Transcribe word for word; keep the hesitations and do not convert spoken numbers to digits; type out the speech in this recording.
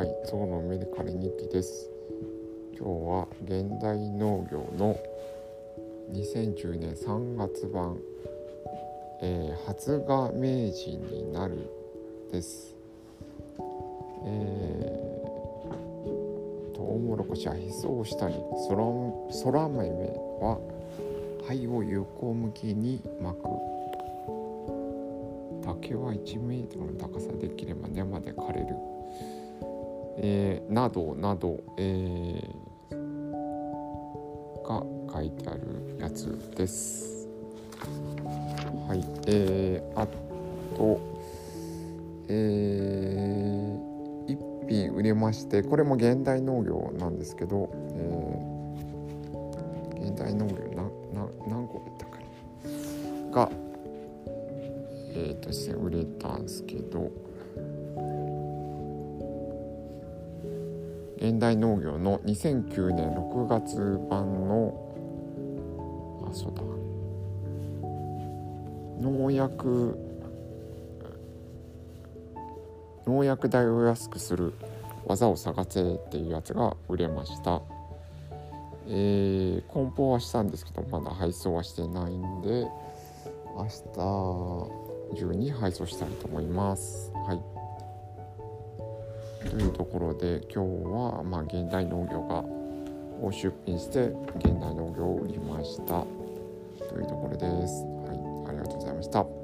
はい、ゾウのメディカル日記です。今日は現代農業のにせんじゅうねんさんがつばん、えー、発芽名人になるです。えー、トウモロコシはへそを下に、そら、そら豆は灰を横向きに巻く。竹はいちメートルの高さできれば根まで枯れる。えー、などなど、えー、が書いてあるやつです。はい、えー、あと、えー、一品売れまして、これも現代農業なんですけど、えー、現代農業なな何個だったかなが、えーとですね、売れたんですけど。現代農業のにせんきゅうねんろくがつばんのあそうだ農薬農薬代を安くする技を探せっていうやつが売れました。えー、梱包はしたんですけどまだ配送はしてないんで明日中に配送したいと思います。はいというところで今日は、まあ、現代農業がを出品して現代農業を売りましたというところです。はい、ありがとうございました。